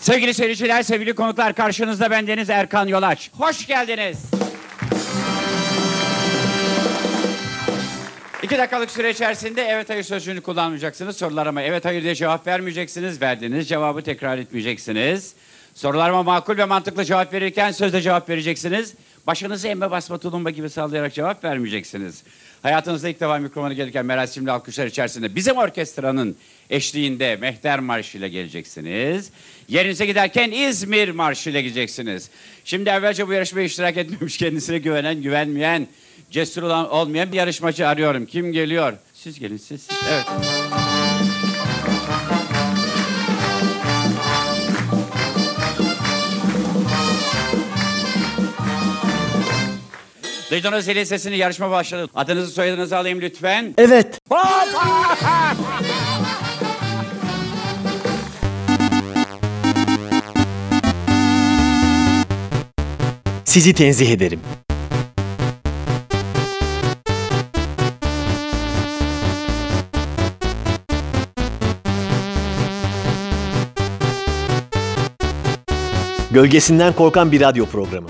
Sevgili seyirciler, sevgili konuklar, karşınızda bendeniz Erkan Yolaç. Hoş geldiniz. 2 dakikalık süre içerisinde evet hayır sözcüğünü kullanmayacaksınız. Sorularıma evet hayır diye cevap vermeyeceksiniz. Verdiğiniz cevabı tekrar etmeyeceksiniz. Sorularıma makul ve mantıklı cevap verirken sözle cevap vereceksiniz. Başınızı emme basma tulumba gibi sallayarak cevap vermeyeceksiniz. Hayatınızda ilk defa mikrofona gelirken merasimli alkışlar içerisinde bizim orkestranın eşliğinde Mehter Marşı ile geleceksiniz. Yerinize giderken İzmir Marşı ile gideceksiniz. Şimdi evvelce bu yarışmaya iştirak etmemiş, kendisine güvenen, güvenmeyen, cesur olan, olmayan bir yarışmacı arıyorum. Kim geliyor? Siz gelin, siz. Evet. Duydunuz zilin sesini, yarışma başladı. Adınızı soyadınızı alayım lütfen. Evet. Sizi tenzih ederim. Gölgesinden korkan bir radyo programı.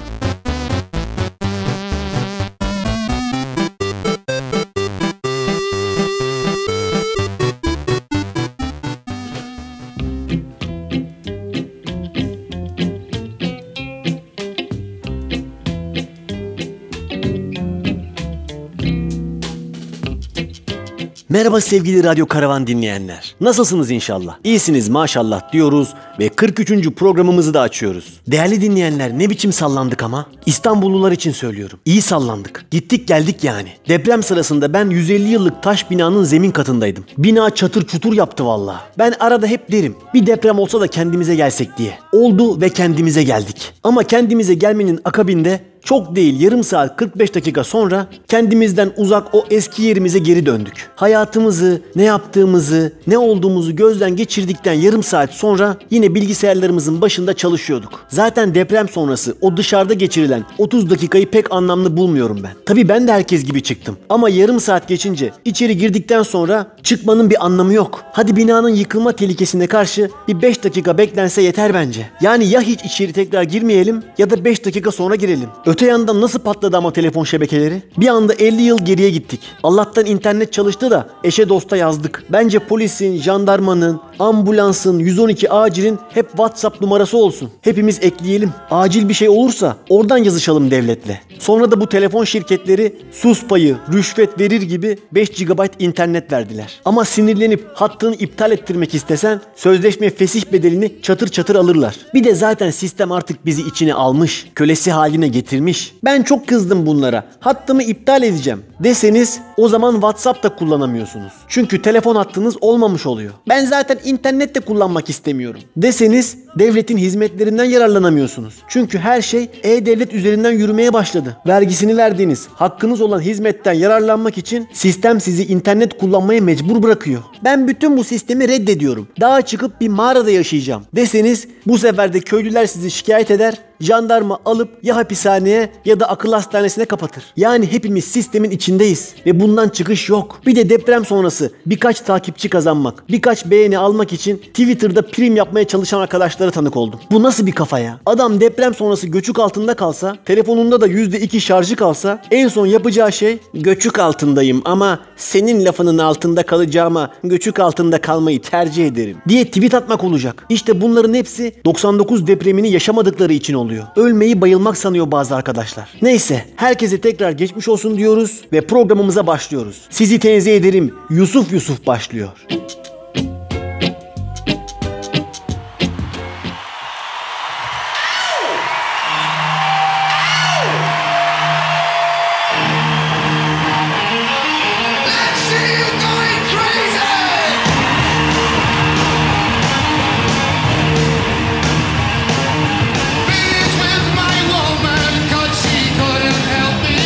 Merhaba sevgili Radyo Karavan dinleyenler. Nasılsınız inşallah? İyisiniz maşallah diyoruz ve 43. programımızı da açıyoruz. Değerli dinleyenler, ne biçim sallandık ama? İstanbullular için söylüyorum. İyi sallandık. Gittik geldik yani. Deprem sırasında ben 150 yıllık taş binanın zemin katındaydım. Bina çatır çutur yaptı vallahi. Ben arada hep derim, bir deprem olsa da kendimize gelsek diye. Oldu ve kendimize geldik. Ama kendimize gelmenin akabinde çok değil yarım saat 45 dakika sonra kendimizden uzak o eski yerimize geri döndük. Hayatımızı, ne yaptığımızı, ne olduğumuzu gözden geçirdikten yarım saat sonra yine bilgisayarlarımızın başında çalışıyorduk. Zaten deprem sonrası o dışarıda geçirilen 30 dakikayı pek anlamlı bulmuyorum ben. Tabii ben de herkes gibi çıktım. Ama yarım saat geçince içeri girdikten sonra çıkmanın bir anlamı yok. Hadi binanın yıkılma tehlikesine karşı bir 5 dakika beklense yeter bence. Yani ya hiç içeri tekrar girmeyelim ya da 5 dakika sonra girelim. Öte yandan nasıl patladı ama telefon şebekeleri? Bir anda 50 yıl geriye gittik. Allah'tan internet çalıştı da eşe dosta yazdık. Bence polisin, jandarmanın, ambulansın, 112 acilin hep WhatsApp numarası olsun. Hepimiz ekleyelim. Acil bir şey olursa oradan yazışalım devletle. Sonra da bu telefon şirketleri sus payı, rüşvet verir gibi 5 GB internet verdiler. Ama sinirlenip hattını iptal ettirmek istesen sözleşme fesih bedelini çatır çatır alırlar. Bir de zaten sistem artık bizi içine almış, kölesi haline getirmiş. Ben çok kızdım bunlara. Hattımı iptal edeceğim deseniz o zaman WhatsApp da kullanamıyorsunuz. Çünkü telefon hattınız olmamış oluyor. Ben zaten internet de kullanmak istemiyorum deseniz devletin hizmetlerinden yararlanamıyorsunuz. Çünkü her şey e-devlet üzerinden yürümeye başladı. Vergisini verdiğiniz, hakkınız olan hizmetten yararlanmak için sistem sizi internet kullanmaya mecbur bırakıyor. Ben bütün bu sistemi reddediyorum. Dağa çıkıp bir mağarada yaşayacağım deseniz bu sefer de köylüler sizi şikayet eder, jandarma alıp ya hapishaneye ya da akıl hastanesine kapatır. Yani hepimiz sistemin içindeyiz ve bundan çıkış yok. Bir de deprem sonrası birkaç takipçi kazanmak, birkaç beğeni almak için Twitter'da prim yapmaya çalışan arkadaşlara tanık oldum. Bu nasıl bir kafa ya? Adam deprem sonrası göçük altında kalsa, telefonunda da %2 şarjı kalsa en son yapacağı şey göçük altındayım ama senin lafının altında kalacağıma göçük altında kalmayı tercih ederim diye tweet atmak olacak. İşte bunların hepsi 99 depremini yaşamadıkları için oluyor. Ölmeyi bayılmak sanıyor bazı arkadaşlar. Neyse, herkese tekrar geçmiş olsun diyoruz ve programımıza başlıyoruz. Sizi tenzih ederim. Yusuf başlıyor.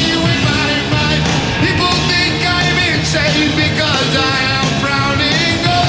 Because I am drowning.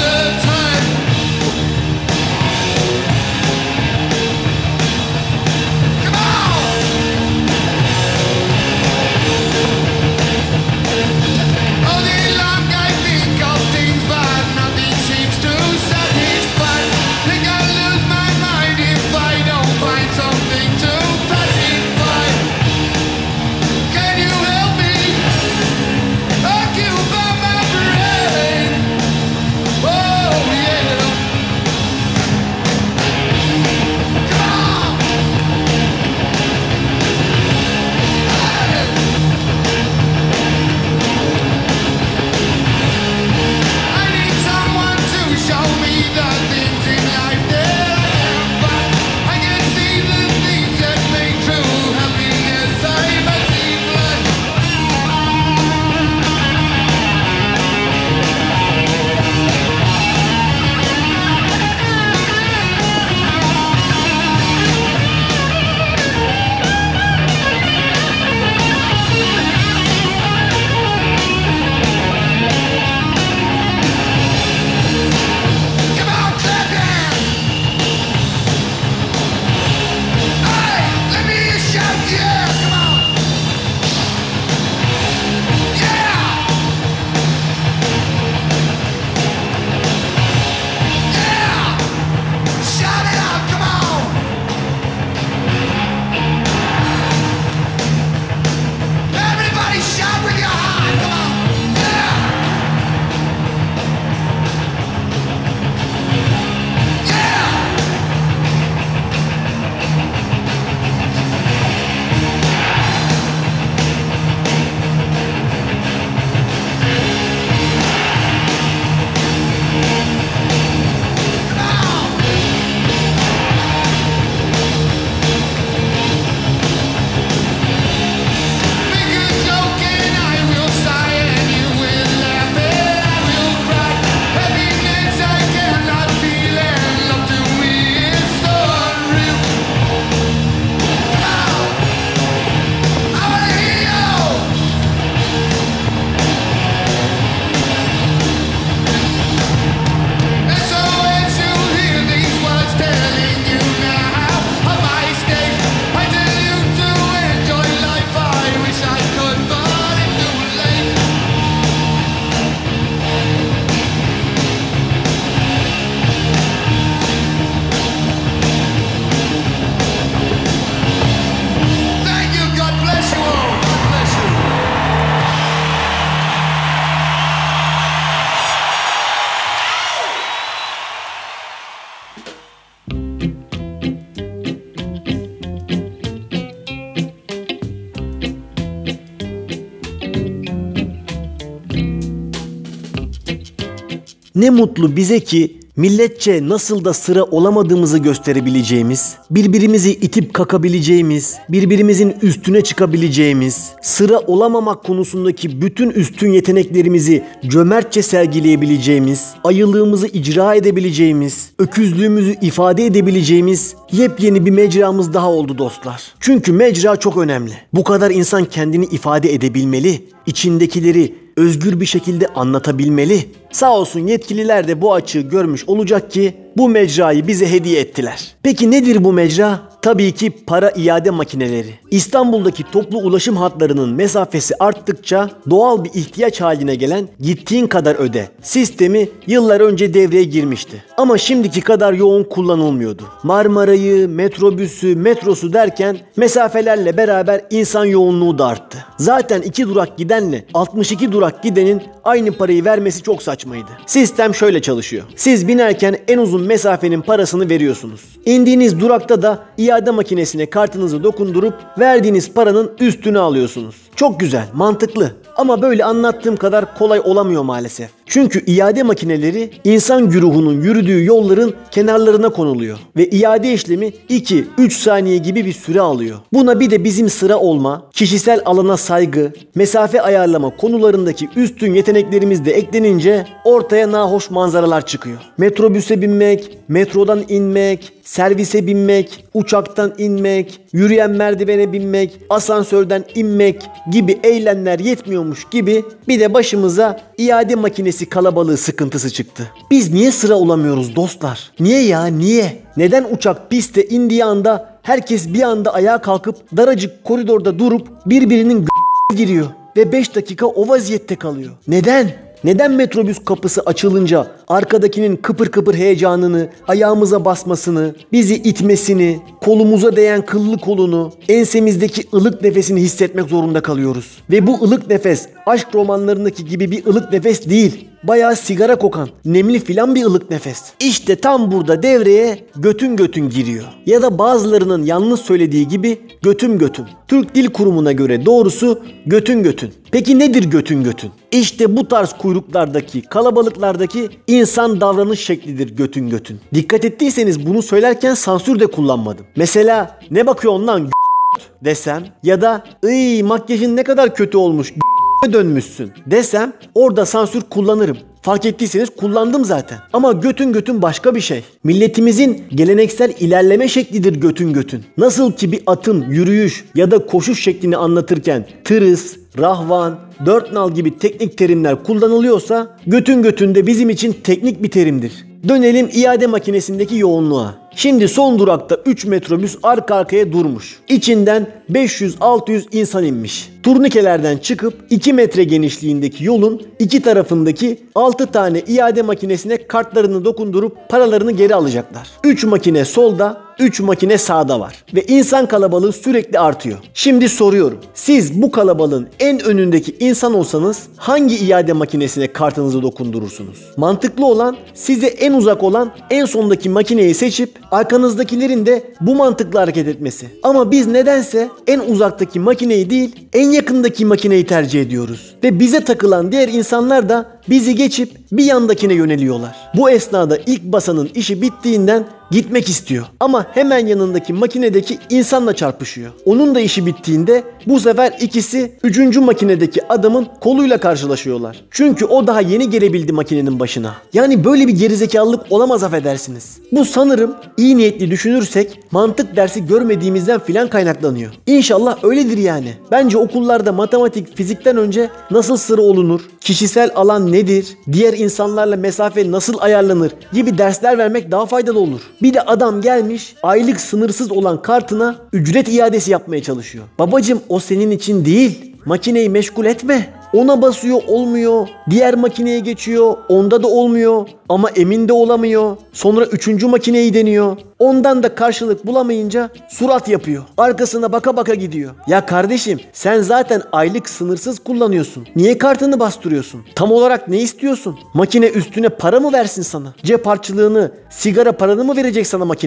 Ne mutlu bize ki milletçe nasıl da sıra olamadığımızı gösterebileceğimiz, birbirimizi itip kakabileceğimiz, birbirimizin üstüne çıkabileceğimiz, sıra olamamak konusundaki bütün üstün yeteneklerimizi cömertçe sergileyebileceğimiz, ayılığımızı icra edebileceğimiz, öküzlüğümüzü ifade edebileceğimiz yepyeni bir mecramız daha oldu dostlar. Çünkü mecra çok önemli. Bu kadar insan kendini ifade edebilmeli, içindekileri özgür bir şekilde anlatabilmeli. Sağ olsun yetkililer de bu açığı görmüş olacak ki bu mecrayı bize hediye ettiler. Peki nedir bu mecra? Tabii ki para iade makineleri. İstanbul'daki toplu ulaşım hatlarının mesafesi arttıkça doğal bir ihtiyaç haline gelen gittiğin kadar öde sistemi yıllar önce devreye girmişti. Ama şimdiki kadar yoğun kullanılmıyordu. Marmaray'ı, metrobüsü, metrosu derken mesafelerle beraber insan yoğunluğu da arttı. Zaten 2 durak gidenle 62 durak gidenin aynı parayı vermesi çok saçmaydı. Sistem şöyle çalışıyor. Siz binerken en uzun mesafenin parasını veriyorsunuz. İndiğiniz durakta da iade makinesine kartınızı dokundurup verdiğiniz paranın üstünü alıyorsunuz. Çok güzel, mantıklı. Ama böyle anlattığım kadar kolay olamıyor maalesef. Çünkü iade makineleri insan güruhunun yürüdüğü yolların kenarlarına konuluyor. Ve iade işlemi 2-3 saniye gibi bir süre alıyor. Buna bir de bizim sıra olma, kişisel alana saygı, mesafe ayarlama konularındaki üstün yeteneklerimiz de eklenince ortaya nahoş manzaralar çıkıyor. Metrobüse binmek, metrodan inmek, servise binmek, uçaktan inmek, yürüyen merdivene binmek, asansörden inmek gibi eylemler yetmiyormuş gibi bir de başımıza iade makinesi kalabalığı sıkıntısı çıktı. Biz niye sıra olamıyoruz dostlar? Niye ya, niye? Neden uçak piste indiği anda herkes bir anda ayağa kalkıp daracık koridorda durup birbirinin giriyor ve 5 dakika o vaziyette kalıyor? Neden? Neden metrobüs kapısı açılınca arkadakinin kıpır kıpır heyecanını, ayağımıza basmasını, bizi itmesini, kolumuza değen kıllı kolunu, ensemizdeki ılık nefesini hissetmek zorunda kalıyoruz? Ve bu ılık nefes aşk romanlarındaki gibi bir ılık nefes değil. Bayağı sigara kokan, nemli filan bir ılık nefes. İşte tam burada devreye götün götün giriyor. Ya da bazılarının yanlış söylediği gibi götüm götüm. Türk Dil Kurumu'na göre doğrusu götün götün. Peki nedir götün götün? İşte bu tarz kuyruklardaki, kalabalıklardaki insan davranış şeklidir götün götün. Dikkat ettiyseniz bunu söylerken sansür de kullanmadım. Mesela ne bakıyorsun lan desem ya da makyajın ne kadar kötü olmuş dönmüşsün desem orada sansür kullanırım. Fark ettiyseniz kullandım zaten. Ama götün götün başka bir şey. Milletimizin geleneksel ilerleme şeklidir götün götün. Nasıl ki bir atın yürüyüş ya da koşuş şeklini anlatırken tırıs, rahvan, dört nal gibi teknik terimler kullanılıyorsa götün götün de bizim için teknik bir terimdir. Dönelim iade makinesindeki yoğunluğa. Şimdi son durakta 3 metrobüs arka arkaya durmuş. İçinden 500-600 insan inmiş. Turnikelerden çıkıp 2 metre genişliğindeki yolun iki tarafındaki 6 tane iade makinesine kartlarını dokundurup paralarını geri alacaklar. 3 makine solda, 3 makine sağda var. Ve insan kalabalığı sürekli artıyor. Şimdi soruyorum. Siz bu kalabalığın en önündeki insan olsanız hangi iade makinesine kartınızı dokundurursunuz? Mantıklı olan size en uzak olan en sondaki makineyi seçip arkanızdakilerin de bu mantıkla hareket etmesi. Ama biz nedense en uzaktaki makineyi değil, en yakındaki makineyi tercih ediyoruz. Ve bize takılan diğer insanlar da bizi geçip bir yandakine yöneliyorlar. Bu esnada ilk basanın işi bittiğinden gitmek istiyor. Ama hemen yanındaki makinedeki insanla çarpışıyor. Onun da işi bittiğinde bu sefer ikisi 3. makinedeki adamın koluyla karşılaşıyorlar. Çünkü o daha yeni gelebildi makinenin başına. Yani böyle bir gerizekalılık olamaz affedersiniz. Bu sanırım iyi niyetli düşünürsek mantık dersi görmediğimizden filan kaynaklanıyor. İnşallah öyledir yani. Bence okullarda matematik, fizikten önce nasıl sıra olunur, kişisel alan nedir, diğer insanlarla mesafe nasıl ayarlanır gibi dersler vermek daha faydalı olur. Bir de adam gelmiş aylık sınırsız olan kartına ücret iadesi yapmaya çalışıyor. Babacım o senin için değil. Makineyi meşgul etme. Ona basıyor olmuyor. Diğer makineye geçiyor. Onda da olmuyor. Ama emin de olamıyor. Sonra 3. makineyi deniyor. Ondan da karşılık bulamayınca surat yapıyor. Arkasına baka baka gidiyor. Ya kardeşim sen zaten aylık sınırsız kullanıyorsun. Niye kartını bastırıyorsun? Tam olarak ne istiyorsun? Makine üstüne para mı versin sana? Cep harçlığını, sigara paranı mı verecek sana makine?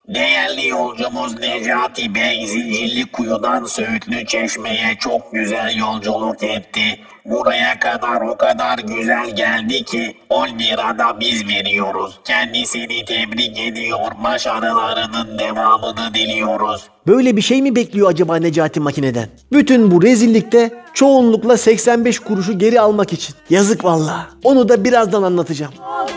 Değerli yolcumuz Necati Bey Zincirlikuyu'dan Söğütlü Çeşme'ye çok güzel yolculuk etti. Buraya kadar o kadar güzel geldi ki 10 lira da biz veriyoruz. Kendisini tebrik ediyor, başarılarının devamını diliyoruz. Böyle bir şey mi bekliyor acaba Necati makineden? Bütün bu rezillikte çoğunlukla 85 kuruşu geri almak için. Yazık vallahi. Onu da birazdan anlatacağım.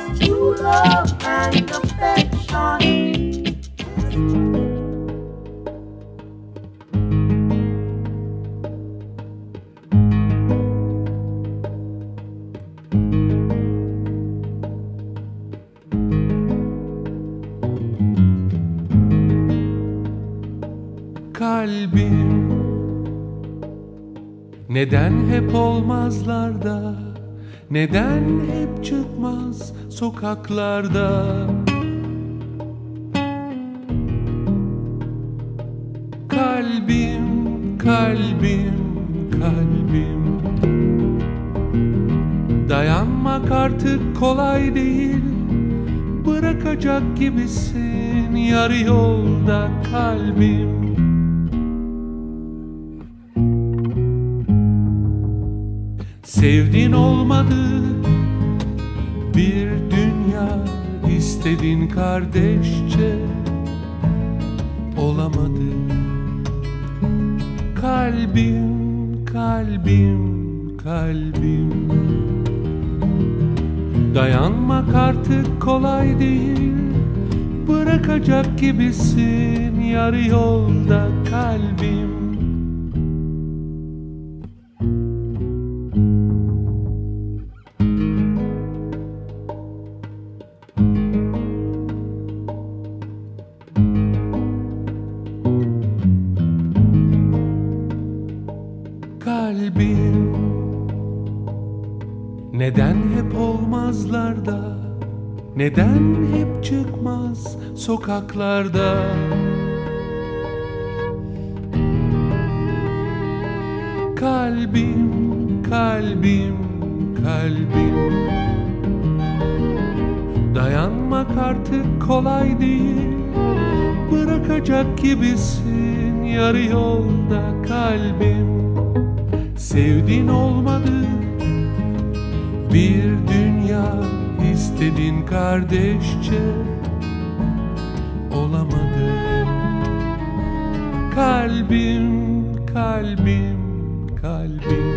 Kalbim neden hep olmazlarda, neden hep çıkmaz sokaklarda? Kalbim, kalbim, kalbim, dayanmak artık kolay değil. Bırakacak gibisin yarı yolda kalbim. Sevdin olmadı, bir dünya istedin kardeşçe, olamadı. Kalbim, kalbim, kalbim, dayanmak artık kolay değil. Bırakacak gibisin yarı yolda kalbim. Kalbim neden hep olmazlarda, neden hep çıkmaz sokaklarda? Kalbim, kalbim, kalbim, dayanmak artık kolay değil. Bırakacak gibisin yarı yolda kalbim. Sevdin olmadı, bir dünya istedin kardeşçe, olamadı. Kalbim, kalbim, kalbim,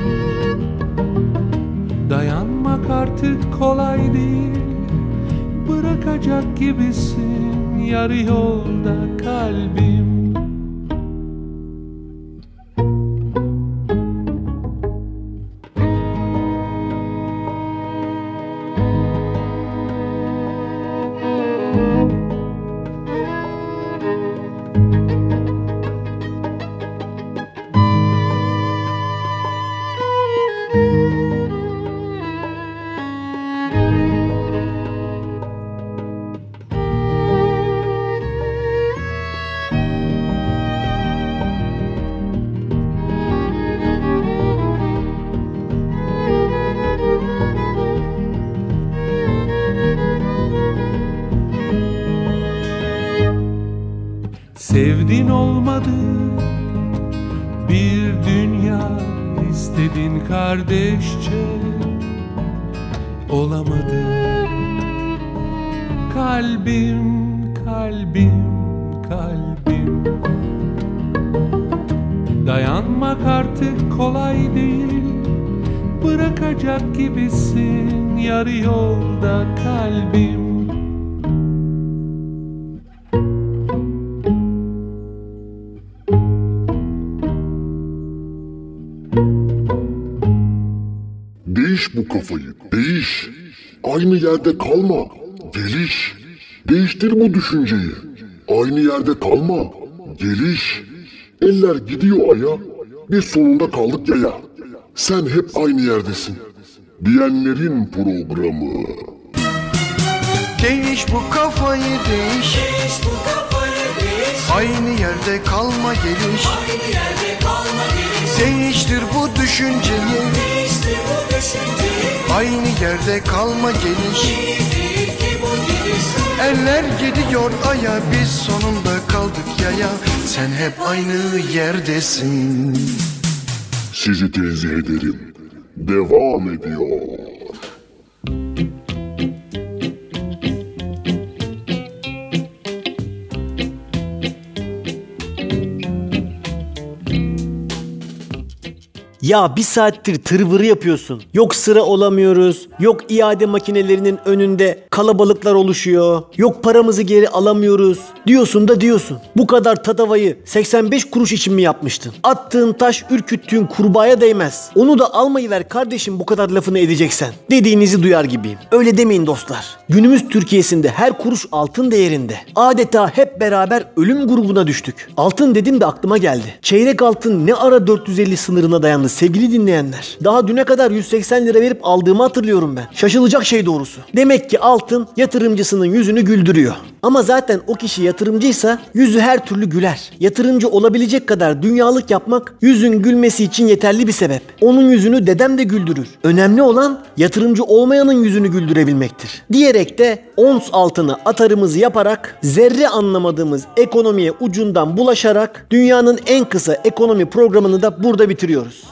dayanmak artık kolay değil. Bırakacak gibisin yarı yolda kalbim. Sevdin olmadı, bir dünya istedin kardeşçe, olamadı. Kalbim, kalbim, kalbim, dayanmak artık kolay değil. Bırakacak gibisin yarı yolda kalbim. Değiş bu kafayı, değiş. Aynı yerde kalma, geliş. Değiştir bu düşünceyi. Aynı yerde kalma, geliş. Eller gidiyor aya, biz sonunda kaldık yaya. Sen hep aynı yerdesin. Diyenlerin programı. Değiş bu kafayı değiş. Değiş bu kafayı değiş. Aynı yerde kalma geliş. Aynı yerde kalma geliş. Değiştir bu düşünceyi. Değiştir bu düşünceyi. Aynı yerde kalma geliş. İyi değil ki bu gidiş. Eller gidiyor aya, biz sonunda kaldık yaya. Sen hep aynı yerdesin. Sizi tenzih ederim. Devam ediyor. Ya bir saattir tırvırı yapıyorsun. Yok sıra olamıyoruz. Yok iade makinelerinin önünde kalabalıklar oluşuyor. Yok paramızı geri alamıyoruz. Diyorsun da diyorsun. Bu kadar tatavayı 85 kuruş için mi yapmıştın? Attığın taş ürküttüğün kurbağaya değmez. Onu da almayı ver kardeşim bu kadar lafını edeceksen. Dediğinizi duyar gibiyim. Öyle demeyin dostlar. Günümüz Türkiye'sinde her kuruş altın değerinde. Adeta hep beraber ölüm grubuna düştük. Altın dedim de aklıma geldi. Çeyrek altın ne ara 450 sınırına dayandı sevgili dinleyenler. Daha düne kadar 180 lira verip aldığımı hatırlıyorum ben. Şaşılacak şey doğrusu. Demek ki altın yatırımcısının yüzünü güldürüyor. Ama zaten o kişi yatırımcıysa yüzü her türlü güler. Yatırımcı olabilecek kadar dünyalık yapmak yüzün gülmesi için yeterli bir sebep. Onun yüzünü dedem de güldürür. Önemli olan yatırımcı olmayanın yüzünü güldürebilmektir. Diyerek de ons altına atarımızı yaparak zerre anlamadığımız ekonomiye ucundan bulaşarak dünyanın en kısa ekonomi programını da burada bitiriyoruz.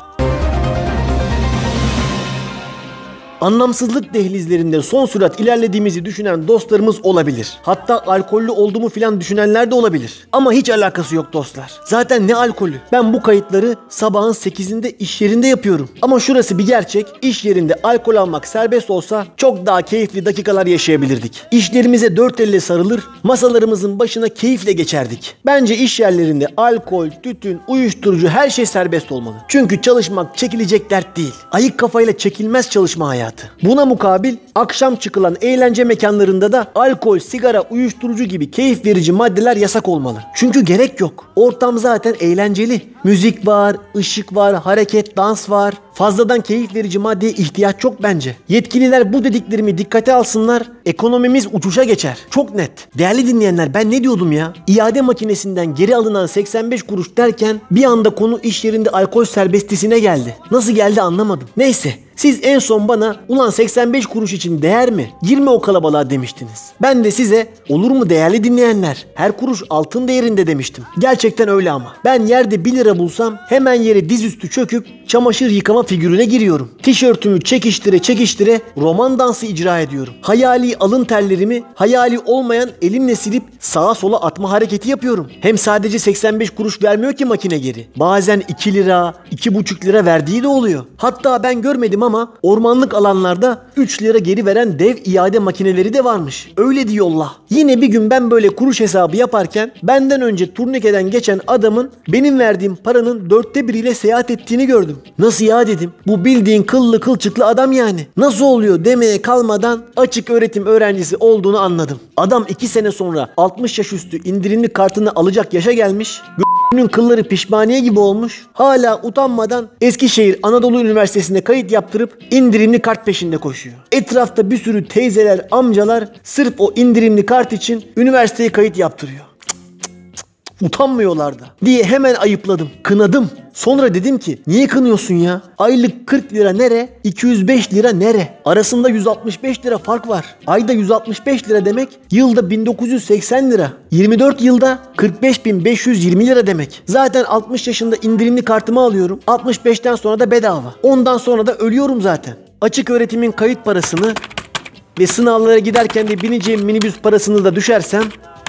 Anlamsızlık dehlizlerinde son sürat ilerlediğimizi düşünen dostlarımız olabilir. Hatta alkollü olduğumu filan düşünenler de olabilir. Ama hiç alakası yok dostlar. Zaten ne alkolü? Ben bu kayıtları sabahın 8'inde iş yerinde yapıyorum. Ama şurası bir gerçek. İş yerinde alkol almak serbest olsa çok daha keyifli dakikalar yaşayabilirdik. İşlerimize dört elle sarılır, masalarımızın başına keyifle geçerdik. Bence iş yerlerinde alkol, tütün, uyuşturucu her şey serbest olmalı. Çünkü çalışmak çekilecek dert değil. Ayık kafayla çekilmez çalışma hayatı. Buna mukabil akşam çıkılan eğlence mekanlarında da alkol, sigara, uyuşturucu gibi keyif verici maddeler yasak olmalı. Çünkü gerek yok. Ortam zaten eğlenceli. Müzik var, ışık var, hareket, dans var. Fazladan keyif verici maddeye ihtiyaç yok bence. Yetkililer bu dediklerimi dikkate alsınlar. Ekonomimiz uçuşa geçer. Çok net. Değerli dinleyenler ben ne diyordum ya? İade makinesinden geri alınan 85 kuruş derken bir anda konu iş yerinde alkol serbestisine geldi. Nasıl geldi anlamadım. Neyse. Siz en son bana ulan 85 kuruş için değer mi? Girme o kalabalığa demiştiniz. Ben de size olur mu değerli dinleyenler? Her kuruş altın değerinde demiştim. Gerçekten öyle ama. Ben yerde 1 lira bulsam hemen yere dizüstü çöküp çamaşır yıkama figürüne giriyorum. Tişörtümü çekiştire roman dansı icra ediyorum. Hayali alın terlerimi hayali olmayan elimle silip sağa sola atma hareketi yapıyorum. Hem sadece 85 kuruş vermiyor ki makine geri. Bazen 2 lira, 2,5 lira verdiği de oluyor. Hatta ben görmedim ama ormanlık alanlarda 3 lira geri veren dev iade makineleri de varmış. Öyle diyorlar. Yine bir gün ben böyle kuruş hesabı yaparken benden önce turnikeden geçen adamın benim verdiğim paranın 1/4'ile seyahat ettiğini gördüm. Nasıl ya dedim. Bu bildiğin kıllı kılçıklı adam yani. Nasıl oluyor demeye kalmadan açık öğretim öğrencisi olduğunu anladım. Adam 2 sene sonra 60 yaş üstü indirimli kartını alacak yaşa gelmiş. Günün kılları pişmaniye gibi olmuş. Hala utanmadan Eskişehir Anadolu Üniversitesi'nde kayıt yaptırıp indirimli kart peşinde koşuyor. Etrafta bir sürü teyzeler, amcalar sırf o indirimli kart için üniversiteye kayıt yaptırıyor. Utanmıyorlar da diye hemen ayıpladım, kınadım. Sonra dedim ki niye kınıyorsun ya? Aylık 40 lira nere? 205 lira nere? Arasında 165 lira fark var. Ayda 165 lira demek yılda 1980 lira. 24 yılda 45.520 lira demek. Zaten 60 yaşında indirimli kartımı alıyorum. 65'ten sonra da bedava. Ondan sonra da ölüyorum zaten. Açık öğretimin kayıt parasını ve sınavlara giderken de bineceğim minibüs parasını da düşersem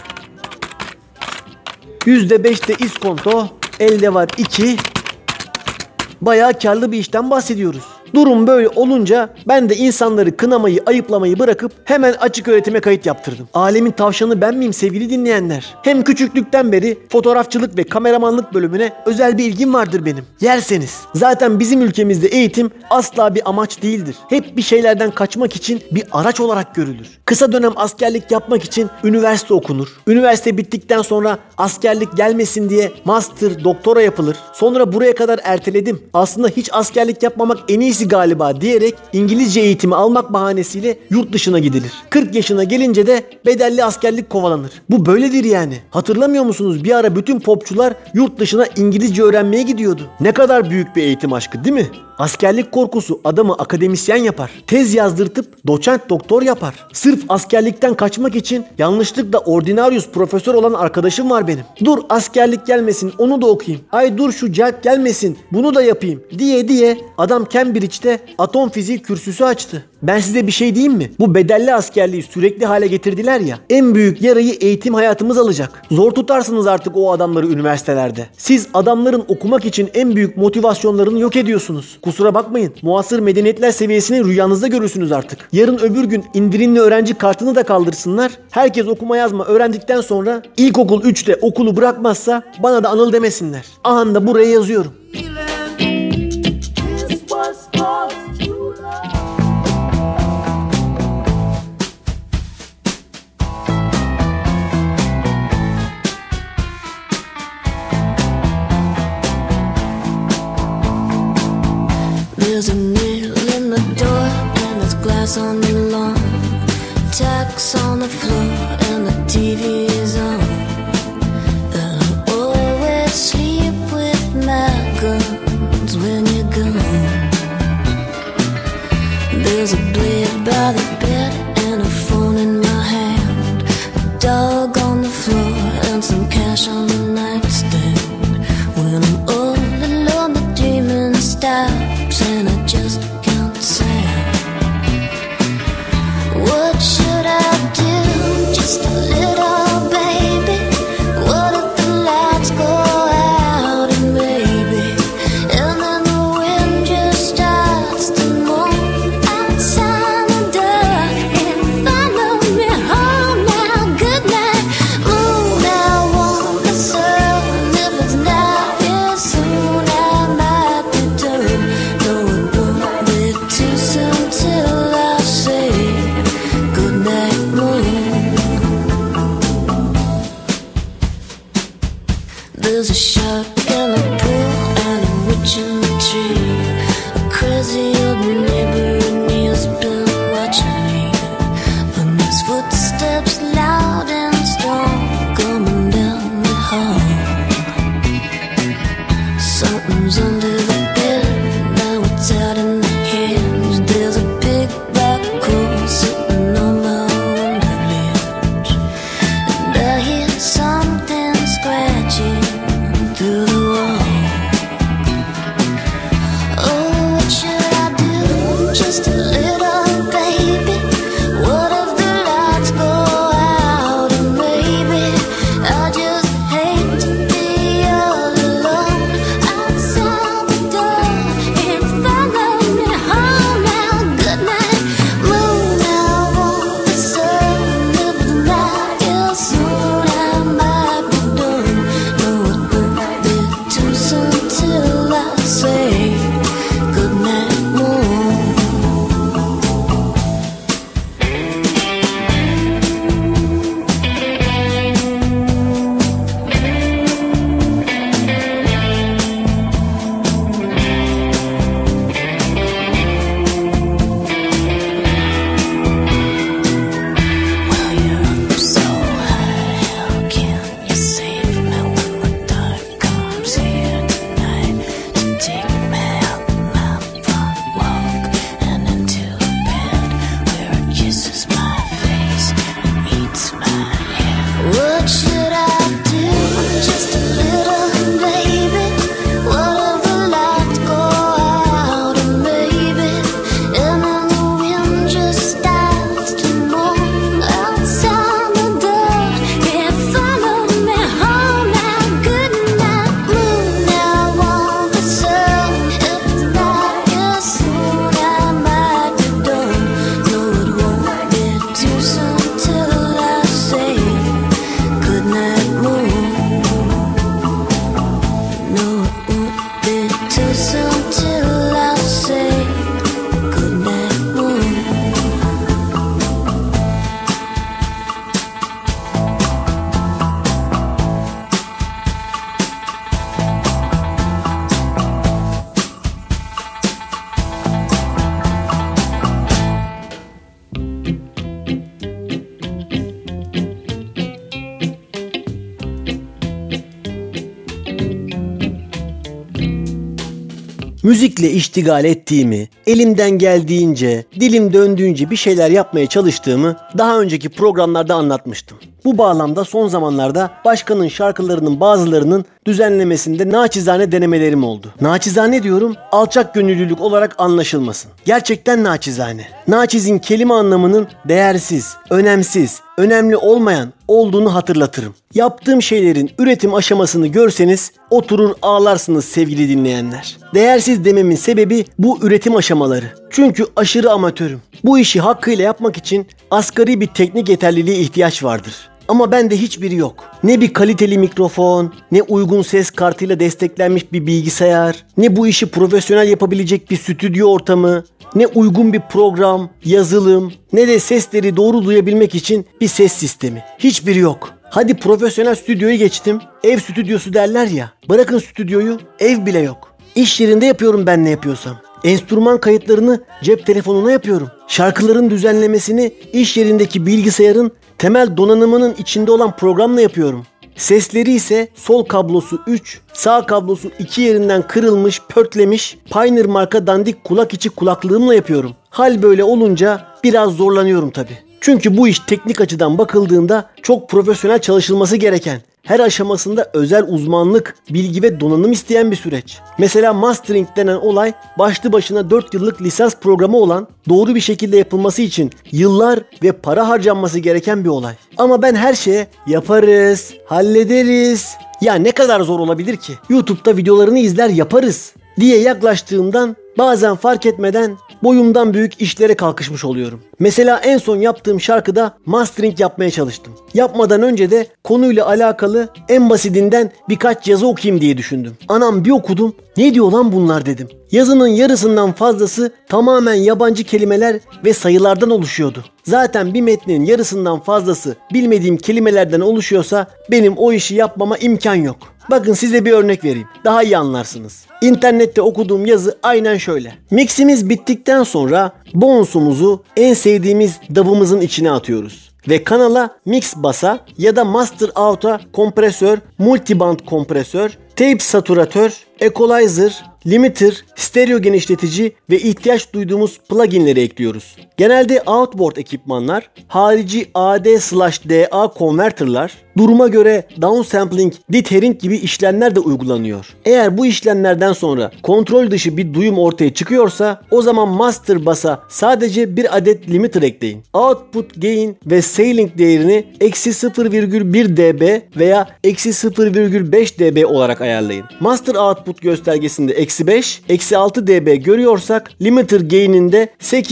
%5'te iskonto, elde var 2. Bayağı karlı bir işten bahsediyoruz. Durum böyle olunca ben de insanları kınamayı, ayıplamayı bırakıp hemen açık öğretime kayıt yaptırdım. Alemin tavşanı ben miyim sevgili dinleyenler? Hem küçüklükten beri fotoğrafçılık ve kameramanlık bölümüne özel bir ilgim vardır benim. Yerseniz. Zaten bizim ülkemizde eğitim asla bir amaç değildir. Hep bir şeylerden kaçmak için bir araç olarak görülür. Kısa dönem askerlik yapmak için üniversite okunur. Üniversite bittikten sonra askerlik gelmesin diye master, doktora yapılır. Sonra buraya kadar erteledim. Aslında hiç askerlik yapmamak en iyisi hepsi galiba diyerek İngilizce eğitimi almak bahanesiyle yurt dışına gidilir. 40 yaşına gelince de bedelli askerlik kovalanır. Bu böyledir yani. Hatırlamıyor musunuz? Bir ara bütün popçular yurt dışına İngilizce öğrenmeye gidiyordu. Ne kadar büyük bir eğitim aşkı değil mi? Askerlik korkusu adamı akademisyen yapar. Tez yazdırtıp doçent doktor yapar. Sırf askerlikten kaçmak için yanlışlıkla ordinarius profesör olan arkadaşım var benim. Dur askerlik gelmesin onu da okuyayım. Ay dur şu celp gelmesin bunu da yapayım diye adam Cambridge'de atom fiziği kürsüsü açtı. Ben size bir şey diyeyim mi? Bu bedelli askerliği sürekli hale getirdiler ya. En büyük yarayı eğitim hayatımız alacak. Zor tutarsınız artık o adamları üniversitelerde. Siz adamların okumak için en büyük motivasyonlarını yok ediyorsunuz. Kusura bakmayın. Muasır medeniyetler seviyesini rüyanızda görürsünüz artık. Yarın öbür gün indirimli öğrenci kartını da kaldırsınlar. Herkes okuma yazma öğrendikten sonra ilkokul 3'te okulu bırakmazsa bana da Anıl demesinler. Aha da buraya yazıyorum. There's a nail in the door and there's glass on the lawn, tacks on the floor and the TV is on. And I always sleep with my guns when you're gone. There's a blade by the bed and a phone in my hand, a dog on the floor and some cash on the nightstand. When I'm all alone the dreaming stops and I just can't sound. What should I do? Just a little baby. What if the lights go out and maybe, and then the wind just starts to moan outside the door and follow me home now. Good night, moon. I want the sun. If it's not here soon, I might return. No, it won't be too soon till I say good night, moon. There's a shark in the pool and a witch in the tree. A crazy old neighbor and he's been watching me. And there's footsteps loud and strong coming down the hall. Something's under the bed, now it's out in the hinge. There's a big black hole sitting on my window ledge, and I hear something scratching through the wall. Oh, what should I do? Just a little baby. What if the lights go out and maybe I just hate to be all alone outside Müzikle iştigal ettiğimi, elimden geldiğince, dilim döndüğünce bir şeyler yapmaya çalıştığımı daha önceki programlarda anlatmıştım. Bu bağlamda son zamanlarda başkanın şarkılarının bazılarının düzenlemesinde naçizane denemelerim oldu. Naçizane diyorum, alçak gönüllülük olarak anlaşılmasın. Gerçekten naçizane. Naçizin kelime anlamının değersiz, önemsiz, önemli olmayan olduğunu hatırlatırım. Yaptığım şeylerin üretim aşamasını görseniz oturur ağlarsınız sevgili dinleyenler. Değersiz dememin sebebi bu üretim aşamaları. Çünkü aşırı amatörüm. Bu işi hakkıyla yapmak için asgari bir teknik yeterliliğe ihtiyaç vardır. Ama bende hiçbiri yok. Ne bir kaliteli mikrofon, ne uygun ses kartıyla desteklenmiş bir bilgisayar, ne bu işi profesyonel yapabilecek bir stüdyo ortamı, ne uygun bir program, yazılım, ne de sesleri doğru duyabilmek için bir ses sistemi. Hiçbiri yok. Hadi profesyonel stüdyoyu geçtim. Ev stüdyosu derler ya. Bırakın stüdyoyu, ev bile yok. İş yerinde yapıyorum ben ne yapıyorsam. Enstrüman kayıtlarını cep telefonuna yapıyorum. Şarkıların düzenlemesini iş yerindeki bilgisayarın temel donanımının içinde olan programla yapıyorum. Sesleri ise sol kablosu 3, sağ kablosu 2 yerinden kırılmış, pörtlemiş Pioneer marka dandik kulak içi kulaklığımla yapıyorum. Hal böyle olunca biraz zorlanıyorum tabii. Çünkü bu iş teknik açıdan bakıldığında çok profesyonel çalışılması gereken, her aşamasında özel uzmanlık, bilgi ve donanım isteyen bir süreç. Mesela mastering denen olay başlı başına 4 yıllık lisans programı olan, doğru bir şekilde yapılması için yıllar ve para harcanması gereken bir olay. Ama ben her şeye yaparız, hallederiz. Ya ne kadar zor olabilir ki? YouTube'da videolarını izler yaparız diye yaklaştığımdan bazen fark etmeden boyumdan büyük işlere kalkışmış oluyorum. Mesela en son yaptığım şarkıda mastering yapmaya çalıştım. Yapmadan önce de konuyla alakalı en basitinden birkaç yazı okuyayım diye düşündüm. Anam bir okudum, ne diyor lan bunlar dedim. Yazının yarısından fazlası tamamen yabancı kelimeler ve sayılardan oluşuyordu. Zaten bir metnin yarısından fazlası bilmediğim kelimelerden oluşuyorsa benim o işi yapmama imkan yok. Bakın size bir örnek vereyim. Daha iyi anlarsınız. İnternette okuduğum yazı aynen şöyle. Miximiz bittikten sonra bonusumuzu en sevdiğimiz davımızın içine atıyoruz. Ve kanala mix basa ya da master out'a kompresör, multiband kompresör, tape saturatör, equalizer, limiter, stereo genişletici ve ihtiyaç duyduğumuz pluginleri ekliyoruz. Genelde outboard ekipmanlar, harici AD/DA konverterler, duruma göre downsampling, dithering gibi işlemler de uygulanıyor. Eğer bu işlemlerden sonra kontrol dışı bir duyum ortaya çıkıyorsa o zaman master basa sadece bir adet limiter ekleyin. Output gain ve scaling değerini -0,1 dB veya -0,5 dB olarak ayarlayın. Master output göstergesinde -5, -6 dB görüyorsak limiter gain'inde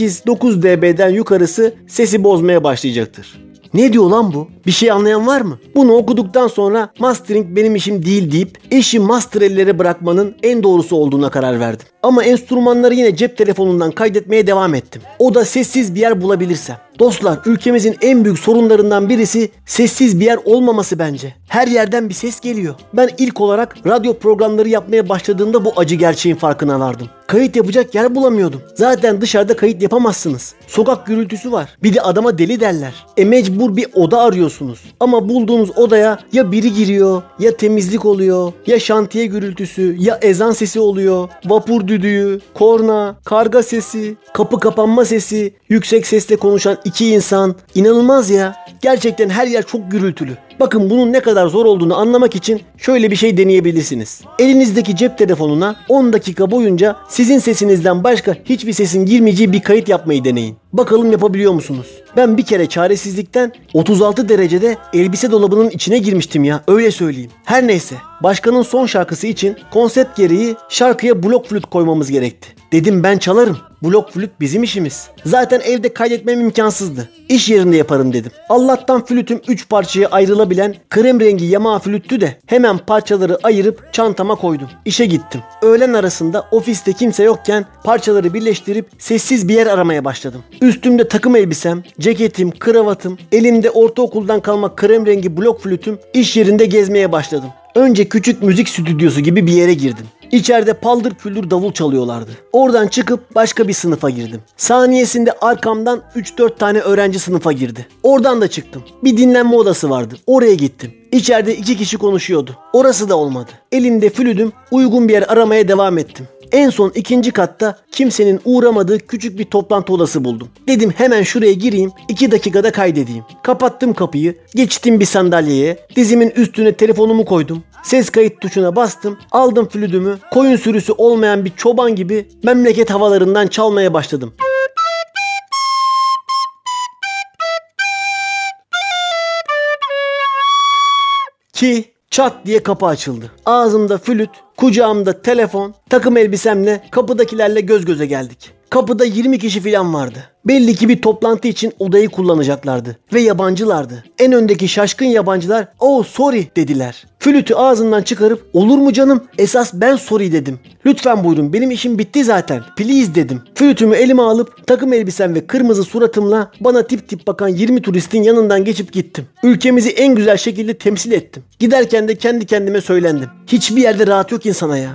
8-9 dB'den yukarısı sesi bozmaya başlayacaktır. Ne diyor lan bu? Bir şey anlayan var mı? Bunu okuduktan sonra mastering benim işim değil deyip işi master ellere bırakmanın en doğrusu olduğuna karar verdim. Ama enstrümanları yine cep telefonundan kaydetmeye devam ettim. O da sessiz bir yer bulabilirsem. Dostlar, ülkemizin en büyük sorunlarından birisi sessiz bir yer olmaması bence. Her yerden bir ses geliyor. Ben ilk olarak radyo programları yapmaya başladığımda bu acı gerçeğin farkına vardım. Kayıt yapacak yer bulamıyordum. Zaten dışarıda kayıt yapamazsınız. Sokak gürültüsü var. Bir de adama deli derler. Mecbur bir oda arıyorsunuz. Ama bulduğunuz odaya ya biri giriyor, ya temizlik oluyor, ya şantiye gürültüsü, ya ezan sesi oluyor, vapur düdüğü, korna, karga sesi, kapı kapanma sesi, yüksek sesle konuşan iki insan. İnanılmaz ya. Gerçekten her yer çok gürültülü. Bakın bunun ne kadar zor olduğunu anlamak için şöyle bir şey deneyebilirsiniz. Elinizdeki cep telefonuna 10 dakika boyunca sizin sesinizden başka hiçbir sesin girmeyeceği bir kayıt yapmayı deneyin. Bakalım yapabiliyor musunuz? Ben bir kere çaresizlikten 36 derecede elbise dolabının içine girmiştim ya, öyle söyleyeyim. Her neyse, başkanın son şarkısı için konsept gereği şarkıya blok flüt koymamız gerekti. Dedim ben çalarım. Blok flüt bizim işimiz. Zaten evde kaydetmem imkansızdı. İş yerinde yaparım dedim. Allah'tan flütüm 3 parçaya ayrılabilen krem rengi Yamaha flüttü de hemen parçaları ayırıp çantama koydum. İşe gittim. Öğlen arasında ofiste kimse yokken parçaları birleştirip sessiz bir yer aramaya başladım. Üstümde takım elbisem, ceketim, kravatım, elimde ortaokuldan kalma krem rengi blok flütüm, iş yerinde gezmeye başladım. Önce küçük müzik stüdyosu gibi bir yere girdim. İçeride paldır küldür davul çalıyorlardı. Oradan çıkıp başka bir sınıfa girdim. Saniyesinde arkamdan 3-4 tane öğrenci sınıfa girdi. Oradan da çıktım. Bir dinlenme odası vardı. Oraya gittim. İçeride 2 kişi konuşuyordu. Orası da olmadı. Elimde flütüm, uygun bir yer aramaya devam ettim. En son 2. katta kimsenin uğramadığı küçük bir toplantı odası buldum. Dedim hemen şuraya gireyim, 2 dakikada kaydedeyim. Kapattım kapıyı, geçtim bir sandalyeye, dizimin üstüne telefonumu koydum. Ses kayıt tuşuna bastım, aldım flütümü, koyun sürüsü olmayan bir çoban gibi memleket havalarından çalmaya başladım. Ki çat diye kapı açıldı. Ağzımda flüt, kucağımda telefon, takım elbisemle kapıdakilerle göz göze geldik. Kapıda 20 kişi falan vardı. Belli ki bir toplantı için odayı kullanacaklardı. Ve yabancılardı. En öndeki şaşkın yabancılar "Oh sorry" dediler. Flütü ağzından çıkarıp "Olur mu canım? Esas ben sorry" dedim. "Lütfen buyurun, benim işim bitti zaten. Please" dedim. Flütümü elime alıp takım elbisem ve kırmızı suratımla bana tip tip bakan 20 turistin yanından geçip gittim. Ülkemizi en güzel şekilde temsil ettim. Giderken de kendi kendime söylendim. Hiçbir yerde rahat yok insana ya.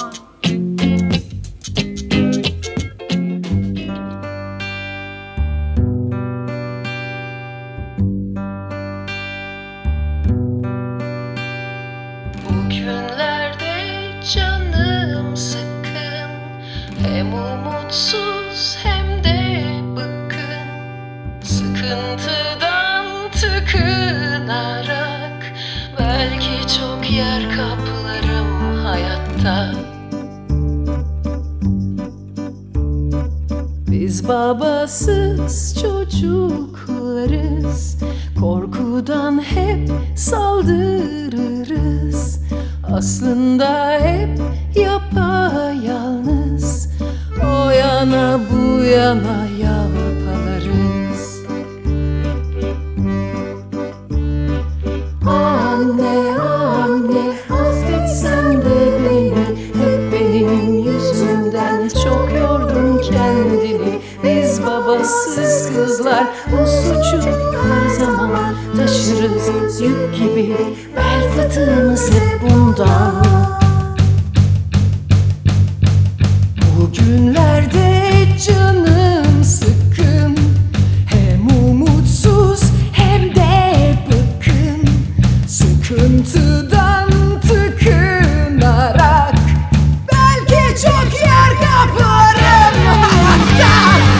Bugünlerde canım sıkkın, hem umutsuz hem de bıkkın. Sıkıntıdan tıkınarak belki çok yer kaplarım hayatta. Biz babasız çocuklarız, korkudan hep saldırırız. Aslında hep yapayalnız, o yana bu yana yalpalarız. Anne anne affetsen de beni, hep benim yüzümden çok yordun kendini. Biz babasız kızlar bu suçu her zaman taşırız yük gibi, bel fıtığımız hep bundan. Bugünlerde canım sıkkın, hem umutsuz hem de bıkkın. Sıkıntıdan tıkınarak belki çok yer kaplarım hayatta.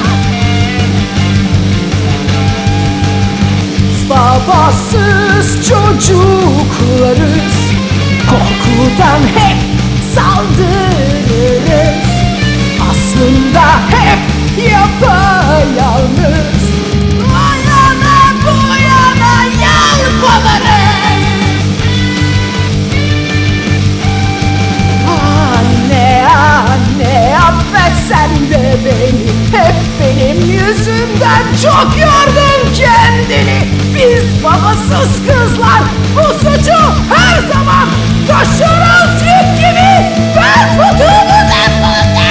Babasız çocuklarız, korkudan hep saldırırız. Aslında hep yapayalnız, o yana bu yana yalpalarız. Anne anne affetsen de beni, hep benim yüzümden çok yordun kendini. Biz babasız kızlar bu suçu her zaman taşırız yük gibi, bel fıtığımız hep bundan.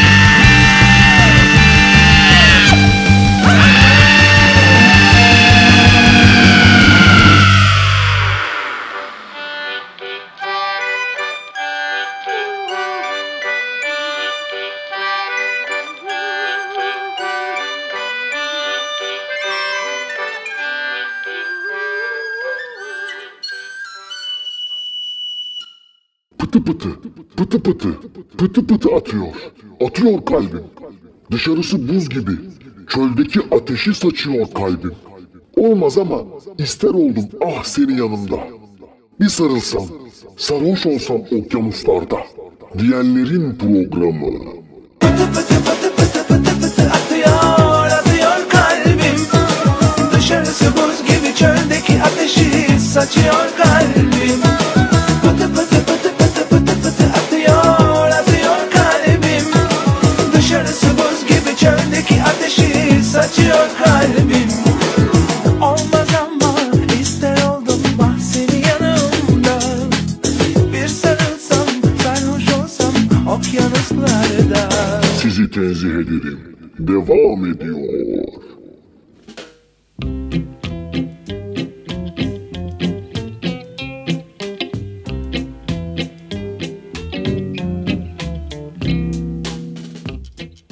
Pıtı pıtı, pıtı pıtı, pıtı pıtı atıyor. Atıyor kalbim. Dışarısı buz gibi. Çöldeki ateşi saçıyor kalbim. Olmaz ama ister oldum ah senin yanımda. Bir sarılsam, sarhoş olsam okyanuslarda. Diyenlerin programı. Pıtı pıtı pıtı pıtı pıtı pıtı atıyor, atıyor kalbim. Dışarısı buz gibi, çöldeki ateşi saçıyor kalbim. Pıtı pıtı pıtı pıtı pıtı pıtı atıyor, atıyor kalbim. Dışarısı buz gibi, çöldeki ateşi saçıyor kalbim. Olmaz ama ister oldum ah seni yanımda. Bir sarılsam, sarhoş olsam okyanuslarda. Sizi tenzih ederim. Devam ediyor.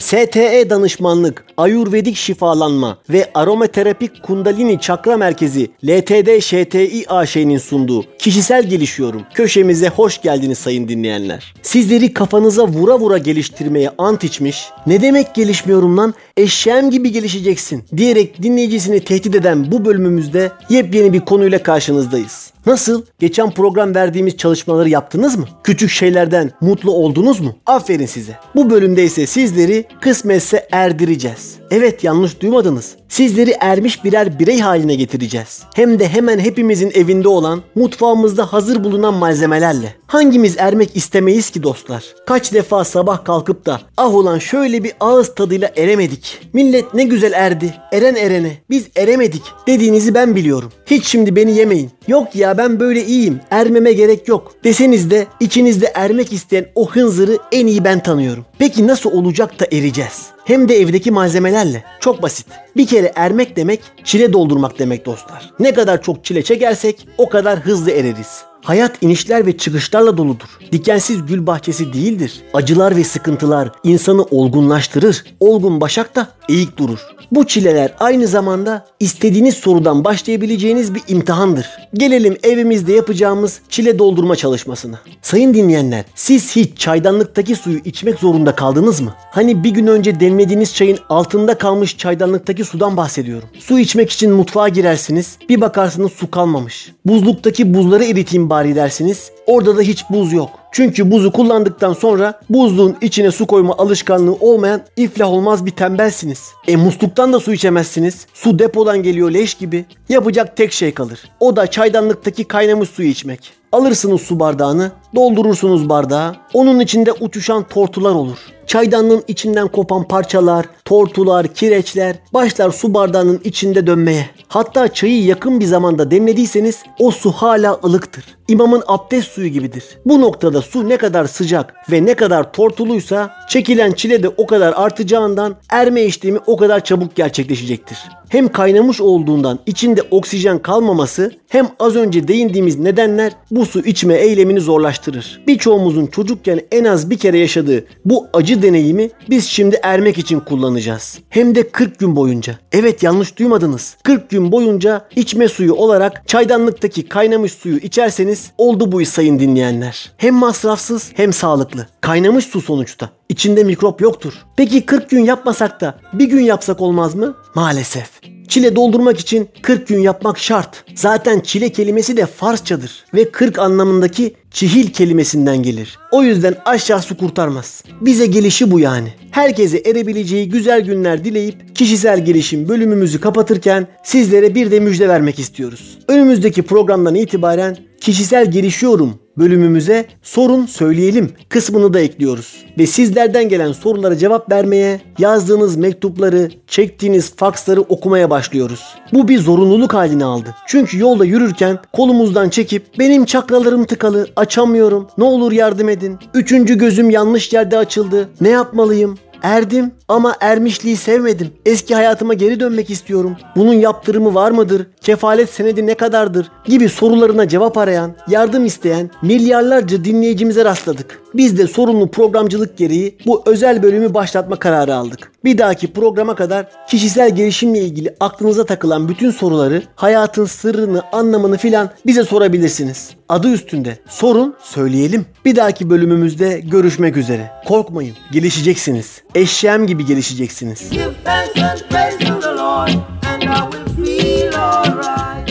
STE danışmanlık, Ayurvedik şifalanma ve aromaterapik Kundalini Çakra Merkezi LTD ŞTİ AŞ'nin sunduğu Kişisel Gelişiyorum köşemize hoş geldiniz sayın dinleyenler. Sizleri kafanıza vura vura geliştirmeye ant içmiş, ne demek gelişmiyorum lan, eşeğim gibi gelişeceksin diyerek dinleyicisini tehdit eden bu bölümümüzde yepyeni bir konuyla karşınızdayız. Nasıl? Geçen program verdiğimiz çalışmaları yaptınız mı? Küçük şeylerden mutlu oldunuz mu? Aferin size. Bu bölümde ise sizleri kısmetse erdireceğiz. Evet, yanlış duymadınız. Sizleri ermiş birer birey haline getireceğiz. Hem de hemen hepimizin evinde olan, mutfağımızda hazır bulunan malzemelerle. Hangimiz ermek istemeyiz ki dostlar? Kaç defa sabah kalkıp da ah ulan şöyle bir ağız tadıyla eremedik. Millet ne güzel erdi. Eren erene. Biz eremedik dediğinizi ben biliyorum. Hiç şimdi beni yemeyin. Yok ya ben böyle iyiyim. Ermeme gerek yok deseniz de içinizde ermek isteyen o hınzırı en iyi ben tanıyorum. Peki nasıl olacak da ereceğiz? Hem de evdeki malzemelerle. Çok basit. Bir kere ermek demek çile doldurmak demek dostlar. Ne kadar çok çile çekersek o kadar hızlı ereriz. Hayat inişler ve çıkışlarla doludur. Dikensiz gül bahçesi değildir. Acılar ve sıkıntılar insanı olgunlaştırır. Olgun başak da eğik durur. Bu çileler aynı zamanda istediğiniz sorudan başlayabileceğiniz bir imtihandır. Gelelim evimizde yapacağımız çile doldurma çalışmasına. Sayın dinleyenler, siz hiç çaydanlıktaki suyu içmek zorunda kaldınız mı? Hani bir gün önce demlediğiniz çayın altında kalmış çaydanlıktaki sudan bahsediyorum. Su içmek için mutfağa girersiniz, bir bakarsınız su kalmamış. Buzluktaki buzları eriteyim bari dersiniz, orada da hiç buz yok. Çünkü buzu kullandıktan sonra buzluğun içine su koyma alışkanlığı olmayan iflah olmaz bir tembelsiniz. Musluktan da su içemezsiniz. Su depodan geliyor leş gibi. Yapacak tek şey kalır. O da çaydanlıktaki kaynamış suyu içmek. Alırsınız su bardağını, doldurursunuz bardağa. Onun içinde uçuşan tortular olur. Çaydanlığın içinden kopan parçalar, tortular, kireçler başlar su bardağının içinde dönmeye. Hatta çayı yakın bir zamanda demlediyseniz o su hala ılıktır. İmamın abdest suyu gibidir. Bu noktada su ne kadar sıcak ve ne kadar tortuluysa çekilen çile de o kadar artacağından erme işlemi o kadar çabuk gerçekleşecektir. Hem kaynamış olduğundan içinde oksijen kalmaması hem az önce değindiğimiz nedenler bu su içme eylemini zorlaştırır. Birçoğumuzun çocukken en az bir kere yaşadığı bu acı deneyimi biz şimdi ermek için kullanacağız. Hem de 40 gün boyunca. Evet, yanlış duymadınız. 40 gün boyunca içme suyu olarak çaydanlıktaki kaynamış suyu içerseniz oldu bu iş sayın dinleyenler. Hem masrafsız hem sağlıklı. Kaynamış su sonuçta. İçinde mikrop yoktur. Peki 40 gün yapmasak da bir gün yapsak olmaz mı? Maalesef. Çile doldurmak için 40 gün yapmak şart. Zaten çile kelimesi de Farsçadır ve 40 anlamındaki çihil kelimesinden gelir. O yüzden aşağı su kurtarmaz. Bize gelişi bu yani. Herkese erebileceği güzel günler dileyip kişisel gelişim bölümümüzü kapatırken sizlere bir de müjde vermek istiyoruz. Önümüzdeki programdan itibaren Kişisel Gelişiyorum bölümümüze sorun söyleyelim kısmını da ekliyoruz. Ve sizlerden gelen sorulara cevap vermeye, yazdığınız mektupları, çektiğiniz faksları okumaya başlıyoruz. Bu bir zorunluluk haline aldı. Çünkü yolda yürürken kolumuzdan çekip benim çakralarım tıkalı, açamıyorum, ne olur yardım edin, 3. gözüm yanlış yerde açıldı, ne yapmalıyım? Erdim ama ermişliği sevmedim. Eski hayatıma geri dönmek istiyorum. Bunun yaptırımı var mıdır? Kefalet senedi ne kadardır? Gibi sorularına cevap arayan, yardım isteyen milyarlarca dinleyicimize rastladık. Biz de sorumlu programcılık gereği bu özel bölümü başlatma kararı aldık. Bir dahaki programa kadar kişisel gelişimle ilgili aklınıza takılan bütün soruları, hayatın sırrını, anlamını filan bize sorabilirsiniz. Adı üstünde sorun söyleyelim. Bir dahaki bölümümüzde görüşmek üzere. Korkmayın, gelişeceksiniz. Eşeğim gibi gelişeceksiniz. Give thanks and praise to the Lord, and I will feel alright.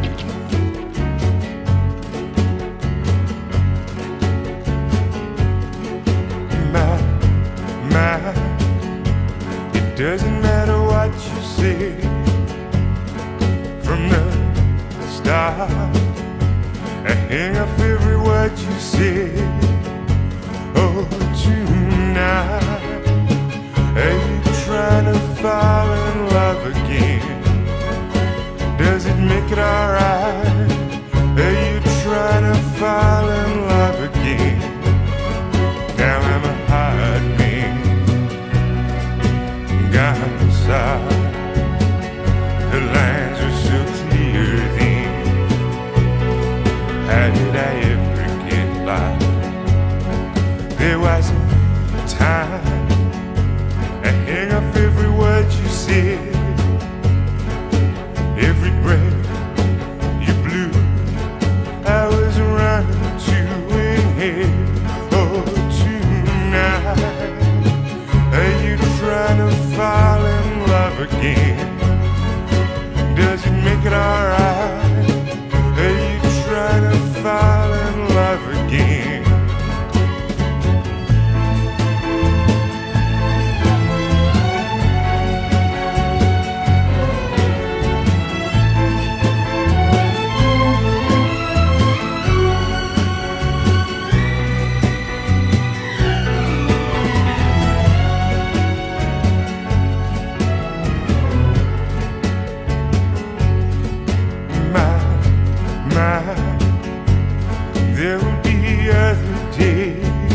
It doesn't matter what you say from the start. I hang off every word you say. Oh, tonight, are you trying to fall in love again? Does it make it alright? Are you trying to fall in love again? Now I'm a hard man, gone south. The lines are so clear then. How did I ever get by? There was a time I did. Every breath you blew, I was running to inhale. Oh, tonight, are you trying to fall in love again? Does it make it alright? Are you trying to fall in love again? There will be other days.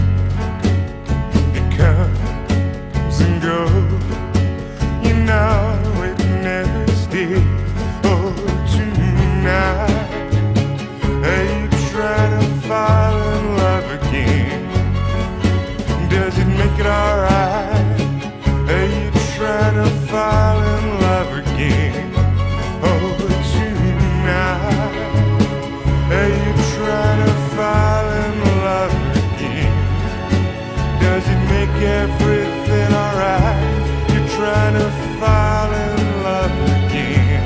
It comes and goes. You know it never stays. Oh, tonight, are you trying to fall in love again? Does it make it alright? Are you trying to fall in love again? Oh, tonight, are you trying to fall in love again? Does it make everything alright? You're trying to fall in love again.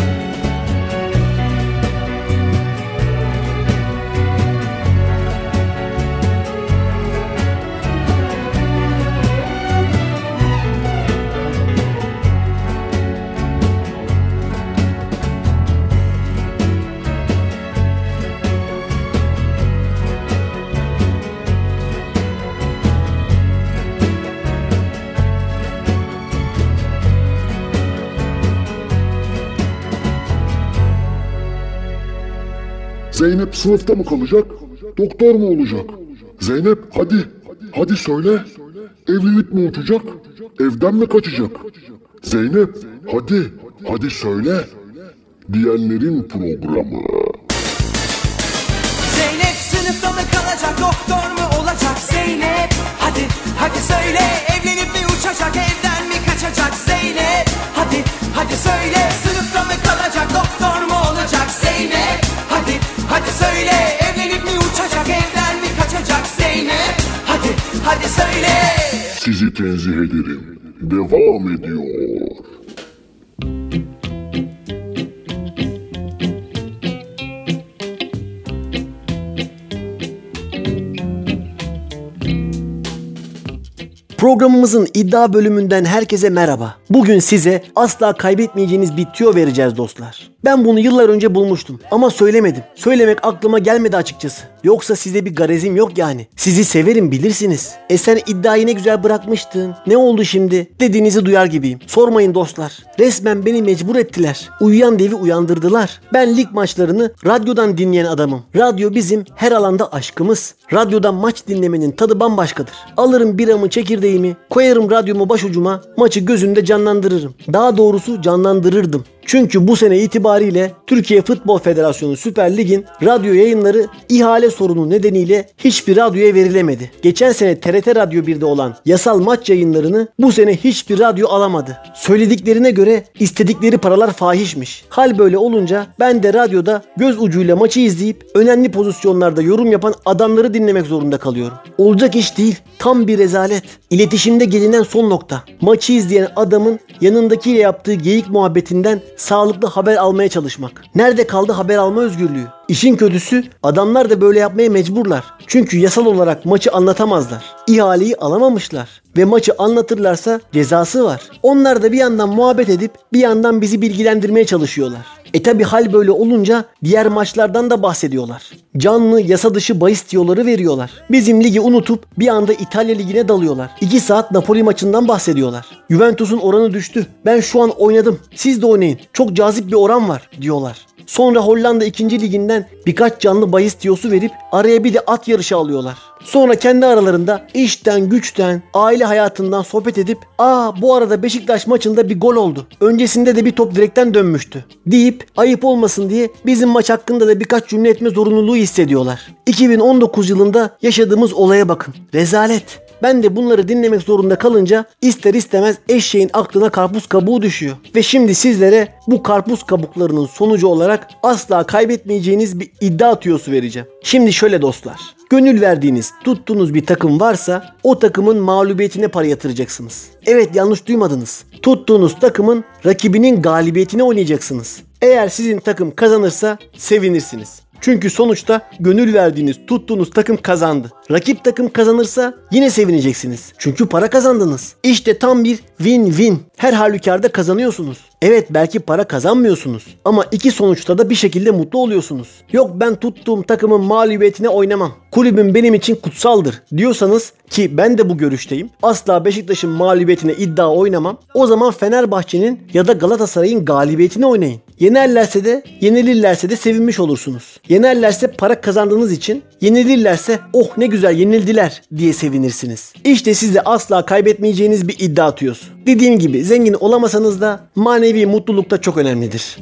Zeynep sınıfta mı kalacak? Doktor mu olacak? Zeynep hadi. Hadi söyle. Evlilik mi uçacak? Evden mi kaçacak? Zeynep hadi. Hadi söyle. Diyenlerin programı. Zeynep sınıfta mı kalacak? Doktor mu olacak? Zeynep hadi. Hadi söyle. Evlenip mi uçacak? Evden mi kaçacak? Zeynep hadi. Hadi söyle. Sınıfta mı kalacak? Doktor mu olacak? Zeynep hadi. Hadi söyle, evlenip mi uçacak, evden mi kaçacak Zeynep? Hadi, hadi söyle. Sizi tenzih ederim. Devam ediyor. Programımızın iddia bölümünden herkese merhaba. Bugün size asla kaybetmeyeceğiniz bir tüyo vereceğiz dostlar. Ben bunu yıllar önce bulmuştum ama söylemedim. Söylemek aklıma gelmedi açıkçası. Yoksa size bir garezim yok yani. Sizi severim bilirsiniz. Sen iddiayı ne güzel bırakmıştın. Ne oldu şimdi? Dediğinizi duyar gibiyim. Sormayın dostlar. Resmen beni mecbur ettiler. Uyuyan devi uyandırdılar. Ben lig maçlarını radyodan dinleyen adamım. Radyo bizim her alanda aşkımız. Radyodan maç dinlemenin tadı bambaşkadır. Alırım biramı çekirdeğimi, koyarım radyomu başucuma, maçı gözümde canlandırırım. Daha doğrusu canlandırırdım. Çünkü bu sene itibariyle Türkiye Futbol Federasyonu Süper Lig'in radyo yayınları ihale sorunu nedeniyle hiçbir radyoya verilemedi. Geçen sene TRT Radyo 1'de olan yasal maç yayınlarını bu sene hiçbir radyo alamadı. Söylediklerine göre istedikleri paralar fahişmiş. Hal böyle olunca ben de radyoda göz ucuyla maçı izleyip önemli pozisyonlarda yorum yapan adamları dinlemek zorunda kalıyorum. Olacak iş değil. Tam bir rezalet. İletişimde gelinen son nokta. Maçı izleyen adamın yanındakiyle yaptığı geyik muhabbetinden sağlıklı haber almaya çalışmak. Nerede kaldı haber alma özgürlüğü? İşin kötüsü adamlar da böyle yapmaya mecburlar. Çünkü yasal olarak maçı anlatamazlar. İhaleyi alamamışlar. Ve maçı anlatırlarsa cezası var. Onlar da bir yandan muhabbet edip bir yandan bizi bilgilendirmeye çalışıyorlar. Tabi hal böyle olunca diğer maçlardan da bahsediyorlar. Canlı yasa dışı bahis tiyoları veriyorlar. Bizim ligi unutup bir anda İtalya ligine dalıyorlar. 2 saat Napoli maçından bahsediyorlar. Juventus'un oranı düştü. Ben şu an oynadım. Siz de oynayın. Çok cazip bir oran var diyorlar. Sonra Hollanda 2. liginden birkaç canlı bahis tiyosu verip araya bir de at yarışı alıyorlar. Sonra kendi aralarında işten, güçten, aile hayatından sohbet edip bu arada Beşiktaş maçında bir gol oldu. Öncesinde de bir top direkten dönmüştü deyip ayıp olmasın diye bizim maç hakkında da birkaç cümle etme zorunluluğu hissediyorlar. 2019 yılında yaşadığımız olaya bakın. Rezalet. Ben de bunları dinlemek zorunda kalınca ister istemez eşeğin aklına karpuz kabuğu düşüyor. Ve şimdi sizlere bu karpuz kabuklarının sonucu olarak asla kaybetmeyeceğiniz bir iddia tüyosu vereceğim. Şimdi şöyle dostlar. Gönül verdiğiniz, tuttuğunuz bir takım varsa o takımın mağlubiyetine para yatıracaksınız. Evet, yanlış duymadınız. Tuttuğunuz takımın rakibinin galibiyetine oynayacaksınız. Eğer sizin takım kazanırsa sevinirsiniz. Çünkü sonuçta gönül verdiğiniz, tuttuğunuz takım kazandı. Rakip takım kazanırsa yine sevineceksiniz. Çünkü para kazandınız. İşte tam bir win-win. Her halükarda kazanıyorsunuz. Evet, belki para kazanmıyorsunuz. Ama iki sonuçta da bir şekilde mutlu oluyorsunuz. Yok, ben tuttuğum takımın mağlubiyetine oynamam. Kulübüm benim için kutsaldır diyorsanız, ki ben de bu görüşteyim. Asla Beşiktaş'ın mağlubiyetine iddia oynamam. O zaman Fenerbahçe'nin ya da Galatasaray'ın galibiyetine oynayın. Yenerlerse de, yenilirlerse de sevinmiş olursunuz. Yenerlerse para kazandığınız için, yenilirlerse oh ne güzel yenildiler diye sevinirsiniz. İşte size asla kaybetmeyeceğiniz bir iddia atıyoruz. Dediğim gibi zengin olamasanız da manevi mutluluk da çok önemlidir.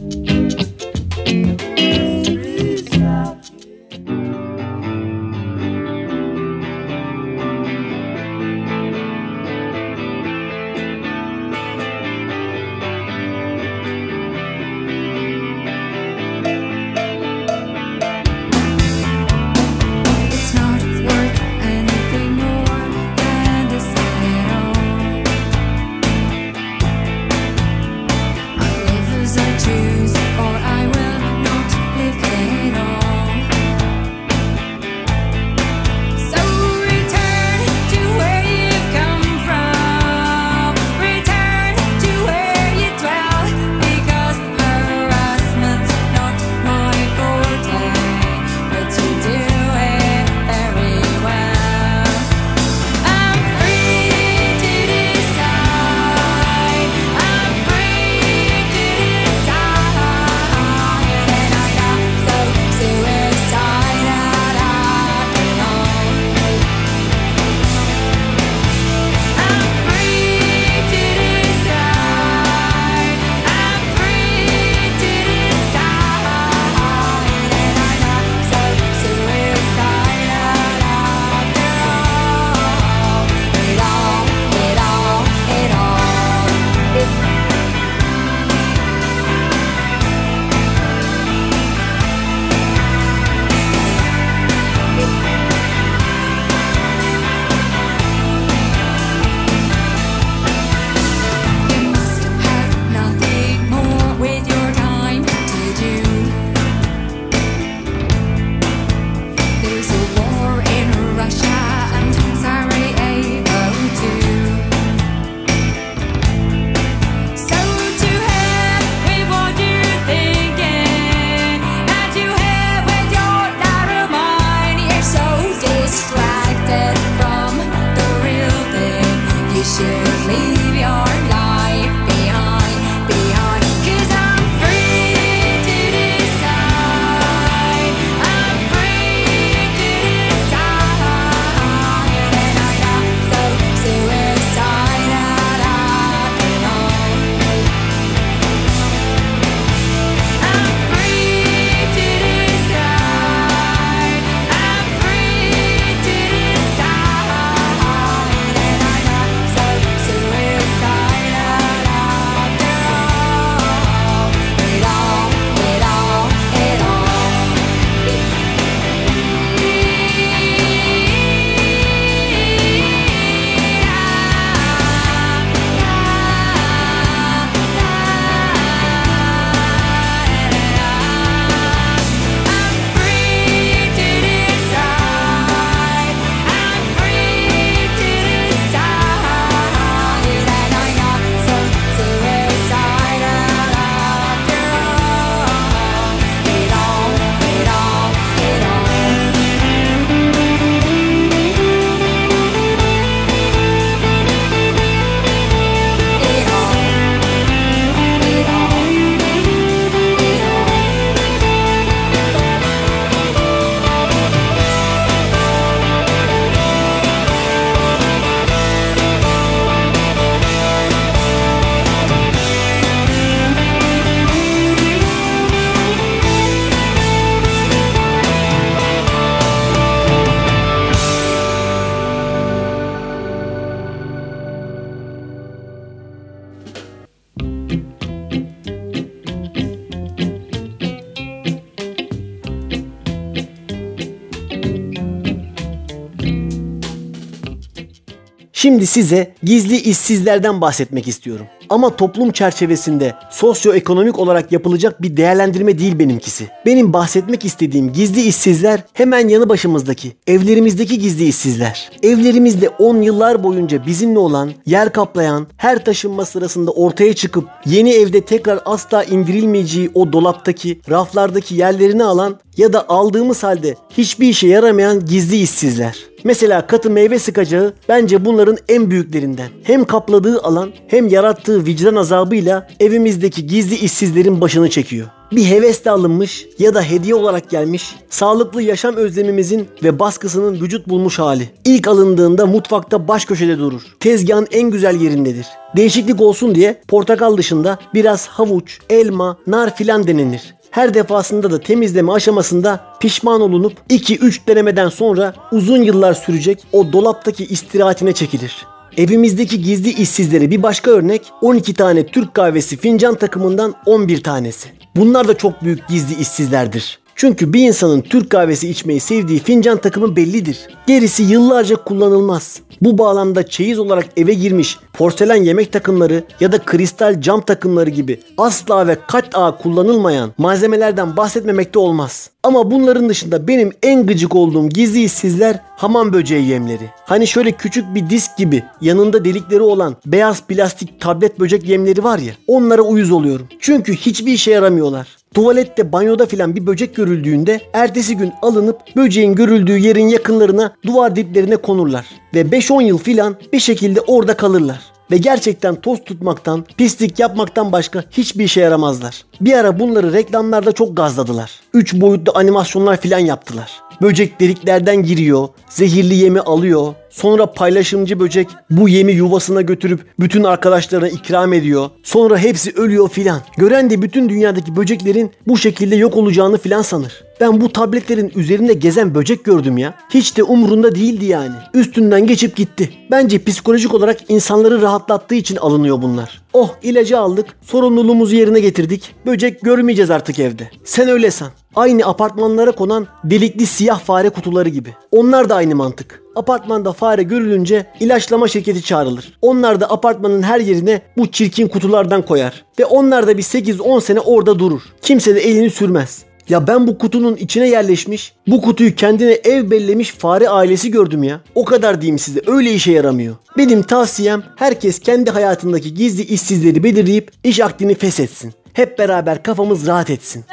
Şimdi size gizli işsizlerden bahsetmek istiyorum. Ama toplum çerçevesinde sosyoekonomik olarak yapılacak bir değerlendirme değil benimkisi. Benim bahsetmek istediğim gizli işsizler hemen yanı başımızdaki, evlerimizdeki gizli işsizler. Evlerimizde 10 yıllar boyunca bizimle olan, yer kaplayan, her taşınma sırasında ortaya çıkıp yeni evde tekrar asla indirilmeyeceği o dolaptaki, raflardaki yerlerini alan ya da aldığımız halde hiçbir işe yaramayan gizli işsizler. Mesela katı meyve sıkacağı bence bunların en büyüklerinden. Hem kapladığı alan hem yarattığı vicdan azabıyla evimizdeki gizli işsizlerin başını çekiyor. Bir hevesle alınmış ya da hediye olarak gelmiş, sağlıklı yaşam özlemimizin ve baskısının vücut bulmuş hali. İlk alındığında mutfakta baş köşede durur. Tezgahın en güzel yerindedir. Değişiklik olsun diye portakal dışında biraz havuç, elma, nar filan denenir. Her defasında da temizleme aşamasında pişman olunup 2-3 denemeden sonra uzun yıllar sürecek o dolaptaki istirahatine çekilir. Evimizdeki gizli işsizleri bir başka örnek 12 tane Türk kahvesi fincan takımından 11 tanesi. Bunlar da çok büyük gizli işsizlerdir. Çünkü bir insanın Türk kahvesi içmeyi sevdiği fincan takımı bellidir. Gerisi yıllarca kullanılmaz. Bu bağlamda çeyiz olarak eve girmiş porselen yemek takımları ya da kristal cam takımları gibi asla ve kat'a kullanılmayan malzemelerden bahsetmemekte olmaz. Ama bunların dışında benim en gıcık olduğum gizli işsizler hamam böceği yemleri. Hani şöyle küçük bir disk gibi yanında delikleri olan beyaz plastik tablet böcek yemleri var ya, onlara uyuz oluyorum. Çünkü hiçbir işe yaramıyorlar. Tuvalette, banyoda filan bir böcek görüldüğünde ertesi gün alınıp böceğin görüldüğü yerin yakınlarına, duvar diplerine konurlar. Ve 5-10 yıl filan bir şekilde orada kalırlar. Ve gerçekten toz tutmaktan, pislik yapmaktan başka hiçbir işe yaramazlar. Bir ara bunları reklamlarda çok gazladılar. 3 boyutlu animasyonlar filan yaptılar. Böcek deliklerden giriyor, zehirli yemi alıyor. Sonra paylaşımcı böcek bu yemi yuvasına götürüp bütün arkadaşlarına ikram ediyor. Sonra hepsi ölüyor filan. Gören de bütün dünyadaki böceklerin bu şekilde yok olacağını filan sanır. Ben bu tabletlerin üzerinde gezen böcek gördüm ya. Hiç de umurunda değildi yani. Üstünden geçip gitti. Bence psikolojik olarak insanları rahatlattığı için alınıyor bunlar. Oh, ilacı aldık, sorumluluğumuzu yerine getirdik. Böcek görmeyeceğiz artık evde. Sen öyle san. Aynı apartmanlara konan delikli siyah fare kutuları gibi. Onlar da aynı mantık. Apartmanda fare görülünce ilaçlama şirketi çağrılır. Onlar da apartmanın her yerine bu çirkin kutulardan koyar. Ve onlar da bir 8-10 sene orada durur. Kimse de elini sürmez. Ya ben bu kutunun içine yerleşmiş, bu kutuyu kendine ev bellemiş fare ailesi gördüm ya. O kadar diyeyim size, öyle işe yaramıyor. Benim tavsiyem herkes kendi hayatındaki gizli işsizleri belirleyip iş akdini feshetsin. Hep beraber kafamız rahat etsin.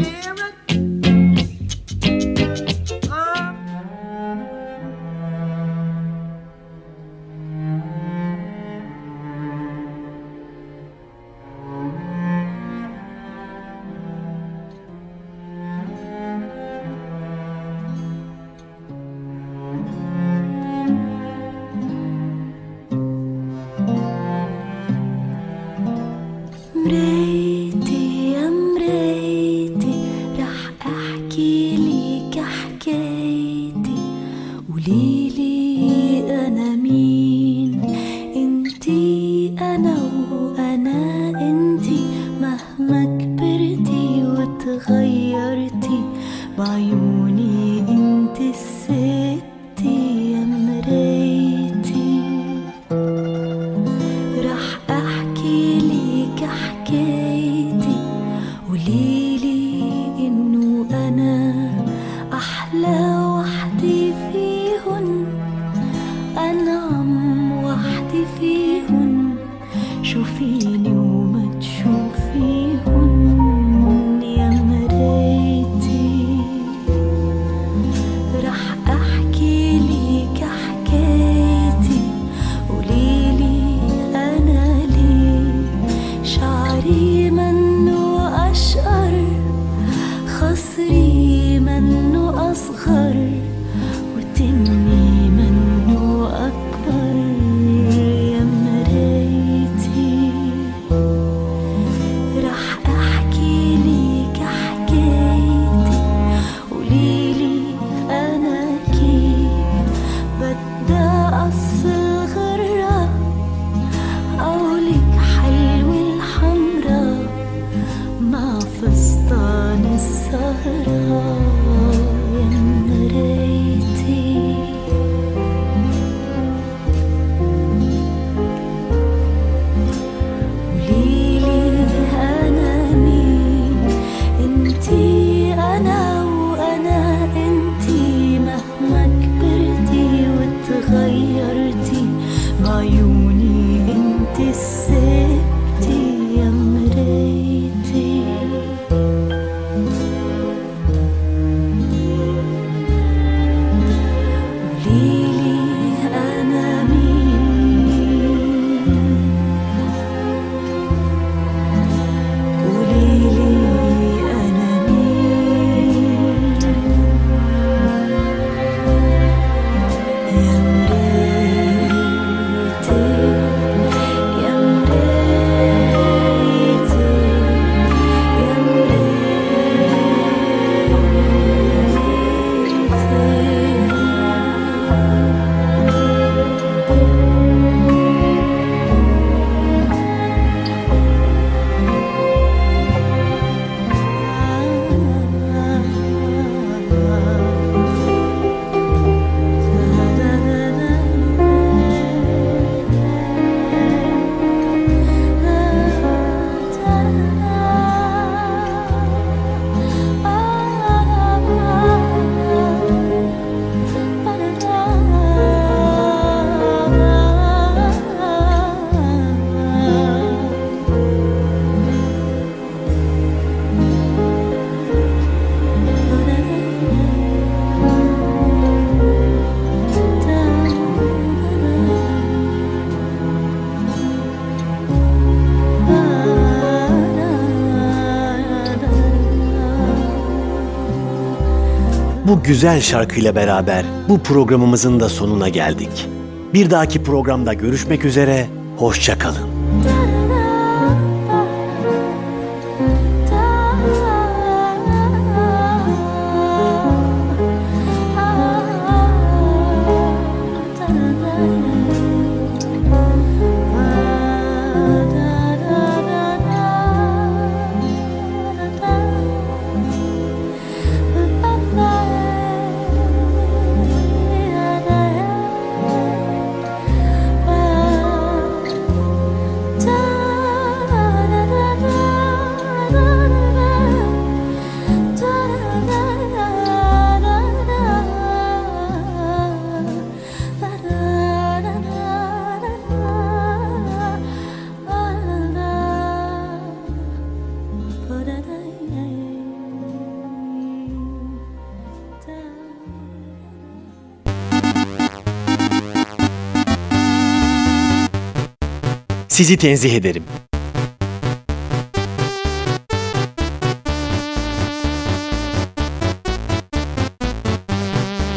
مرايتي يا مرايتي رح احكي لك حكايتي قوليلي انا مين انتي انا وانا انتي مهما كبرتي وتغيرتي بعيوني انتي الستي يا مرايتي رح احكي لك حكايتي قوليلي انه انا احلى وحدي فيهن انعم وحدي فيهن شوفيني وما تشوفيهن يا مرايتي رح احكي لك حكايتي قوليلي انا ليه شعري منه أشقر خصري منه أصغر وتمي منه أكبر يا مرايتي Bu güzel şarkıyla beraber bu programımızın da sonuna geldik. Bir dahaki programda görüşmek üzere, hoşça kalın. Sizi tenzih ederim.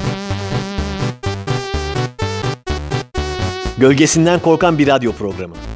Gölgesinden korkan bir radyo programı.